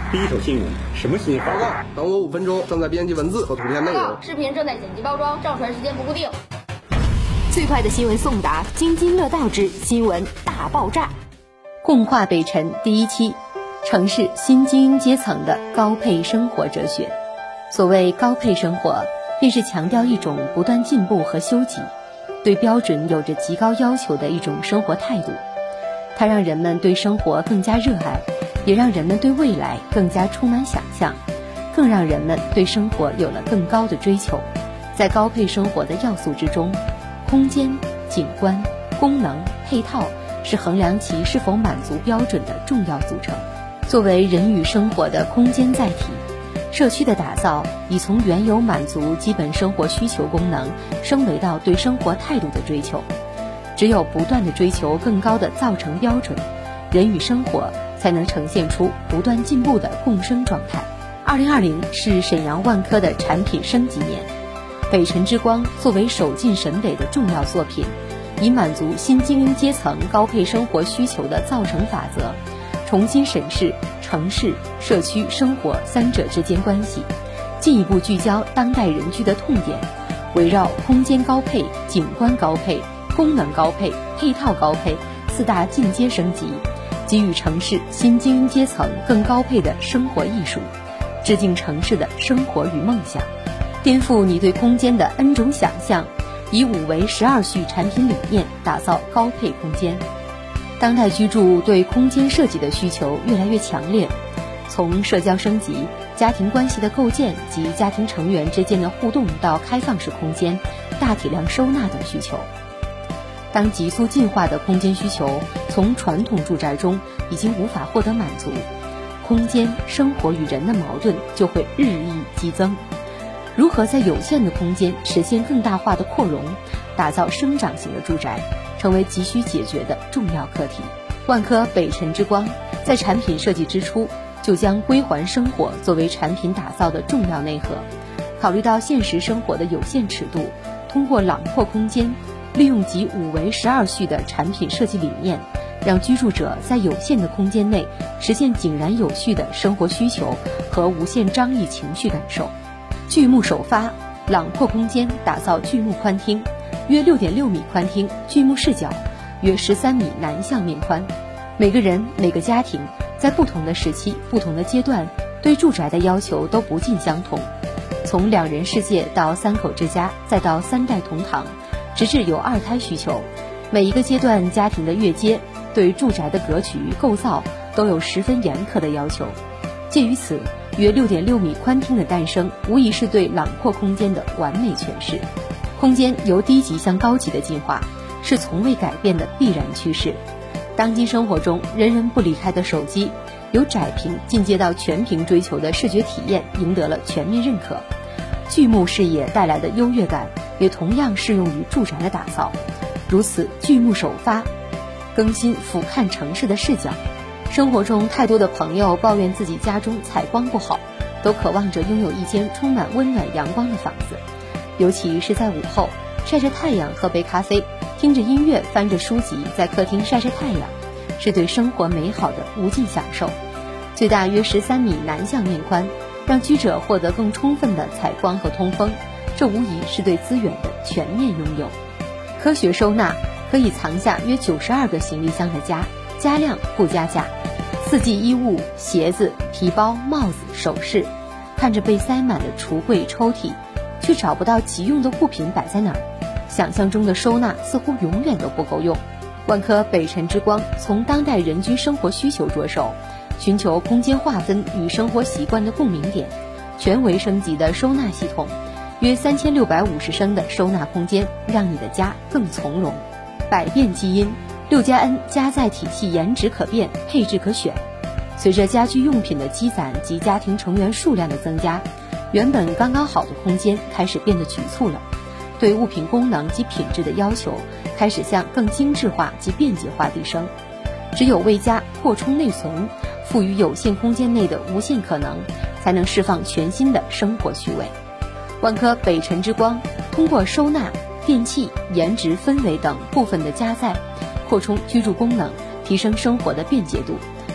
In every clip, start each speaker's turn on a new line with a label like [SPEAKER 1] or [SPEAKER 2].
[SPEAKER 1] 第一手新闻，什么新闻？
[SPEAKER 2] 报告，等我5分钟，正在编辑文字和图片内容。
[SPEAKER 3] 视频正在剪辑包装，上传时间不固定。
[SPEAKER 4] 最快的新闻送达，津津乐道之新闻大爆炸。共话北辰第1期，城市新精英阶层的高配生活哲学。所谓高配生活，便是强调一种不断进步和修己，对标准有着极高要求的一种生活态度。它让人们对生活更加热爱，也让人们对未来更加充满想象，更让人们对生活有了更高的追求。在高配生活的要素之中，空间、景观、功能、配套是衡量其是否满足标准的重要组成。作为人与生活的空间载体，社区的打造已从原有满足基本生活需求功能，升维到对生活态度的追求。只有不断地追求更高的造成标准，人与生活才能呈现出不断进步的共生状态。2020是沈阳万科的产品升级年，北辰之光作为首进省委的重要作品，以满足新精英阶层高配生活需求的造成法则，重新审视城市、社区生活三者之间关系，进一步聚焦当代人居的痛点，围绕空间高配、景观高配、功能高配、配套高配4大进阶升级，给予城市新精英阶层更高配的生活艺术，致敬城市的生活与梦想，颠覆你对空间的 N 种想象，以5维12序产品理念打造高配空间。当代居住对空间设计的需求越来越强烈，从社交升级、家庭关系的构建及家庭成员之间的互动到开放式空间、大体量收纳等需求。当急速进化的空间需求从传统住宅中已经无法获得满足，空间、生活与人的矛盾就会日益激增。如何在有限的空间实现更大化的扩容，打造生长型的住宅，成为急需解决的重要课题。万科北辰之光在产品设计之初就将归还生活作为产品打造的重要内核，考虑到现实生活的有限尺度，通过朗阔空间，利用集5维12序的产品设计理念，让居住者在有限的空间内实现井然有序的生活需求和无限张力情绪感受。巨幕首发，朗阔空间打造巨幕宽厅，约6.6米宽厅，巨幕视角约13米南向面宽。每个人、每个家庭在不同的时期、不同的阶段，对住宅的要求都不尽相同。从2人世界到3口之家，再到3代同堂，直至有2胎需求，每一个阶段家庭的跃阶，对住宅的格局构造都有十分严苛的要求。介于此，约6.6米宽厅的诞生，无疑是对朗阔空间的完美诠释。空间由低级向高级的进化，是从未改变的必然趋势。当今生活中人人不离开的手机，由窄屏进阶到全屏追求的视觉体验赢得了全面认可。巨幕视野带来的优越感，也同样适用于住宅的打造。如此，巨幕首发，更新俯瞰城市的视角。生活中太多的朋友抱怨自己家中采光不好，都渴望着拥有一间充满温暖阳光的房子。尤其是在午后，晒着太阳喝杯咖啡，听着音乐翻着书籍，在客厅晒晒太阳，是对生活美好的无尽享受。最大约13米南向面宽，让居者获得更充分的采光和通风，这无疑是对资源的全面拥有。科学收纳，可以藏下约92个行李箱的家，加量不加价。4季衣物、鞋子、皮包、帽子、首饰，看着被塞满的橱柜抽屉，却找不到急用的物品摆在哪儿，想象中的收纳似乎永远都不够用。万科北辰之光从当代人居生活需求着手，寻求空间划分与生活习惯的共鸣点，全维升级的收纳系统，约3650升的收纳空间，让你的家更从容。百变基因，6+N 家载体系颜值可变，配置可选。随着家居用品的积攒及家庭成员数量的增加，原本刚刚好的空间开始变得局促了，对物品功能及品质的要求开始向更精致化及便捷化递升。只有为家扩充内存，赋予有限空间内的无限可能，才能释放全新的生活趣味。万科北辰之光通过收纳、电器、颜值、氛围等部分的加载，扩充居住功能，提升生活的便捷度，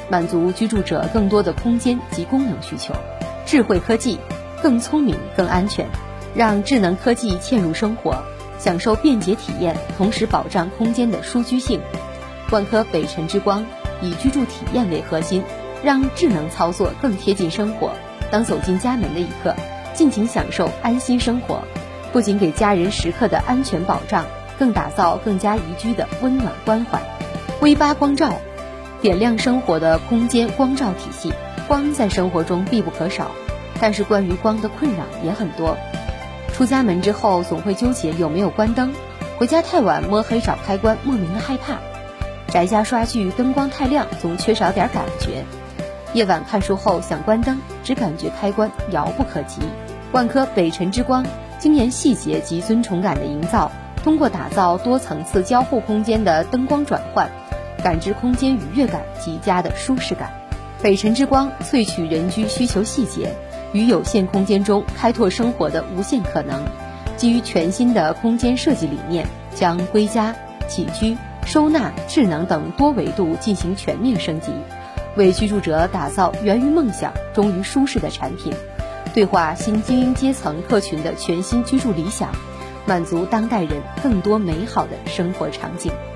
[SPEAKER 4] 满足居住者更多的空间及功能需求。智慧科技更聪明更安全，让智能科技嵌入生活，享受便捷体验，同时保障空间的舒居性。万科北辰之光以居住体验为核心，让智能操作更贴近生活。当走进家门的一刻，尽情享受安心生活，不仅给家人时刻的安全保障，更打造更加宜居的温暖关怀。V8光照点亮生活的空间光照体系。光在生活中必不可少，但是关于光的困扰也很多。出家门之后总会纠结有没有关灯，回家太晚摸黑找开关，莫名的害怕。宅家刷剧灯光太亮，总缺少点感觉。夜晚看书后想关灯，只感觉开关遥不可及。万科北辰之光精研细节及尊崇感的营造，通过打造多层次交互空间的灯光转换，感知空间愉悦感及家的舒适感。北辰之光萃取人居需求细节，于有限空间中开拓生活的无限可能。基于全新的空间设计理念，将归家、起居、收纳、智能等多维度进行全面升级，为居住者打造源于梦想、忠于舒适的产品，对话新精英阶层客群的全新居住理想，满足当代人更多美好的生活场景。